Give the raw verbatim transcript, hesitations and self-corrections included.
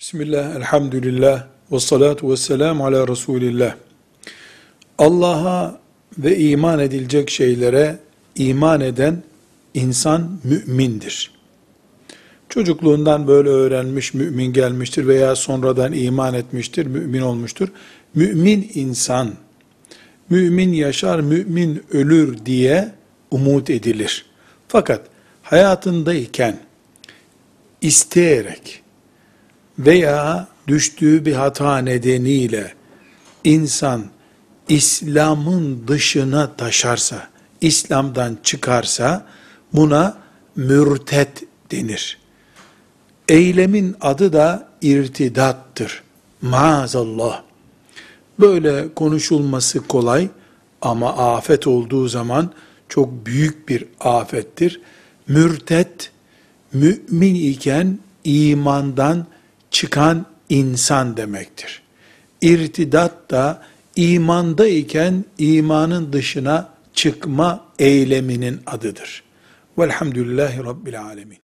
Bismillah, elhamdülillah, ve salatu ve selamu ala Resulillah. Allah'a ve iman edilecek şeylere iman eden insan mümindir. Çocukluğundan böyle öğrenmiş, mümin gelmiştir veya sonradan iman etmiştir, mümin olmuştur. Mümin insan, mümin yaşar, mümin ölür diye umut edilir. Fakat hayatındayken isteyerek veya düştüğü bir hata nedeniyle insan İslam'ın dışına taşarsa, İslam'dan çıkarsa buna mürted denir. Eylemin adı da irtidattır. Maazallah. Böyle konuşulması kolay ama afet olduğu zaman çok büyük bir afettir. Mürted, mümin iken imandan çıkan insan demektir. İrtidat da imanda iken imanın dışına çıkma eyleminin adıdır. Velhamdülillahi Rabbil Alemin.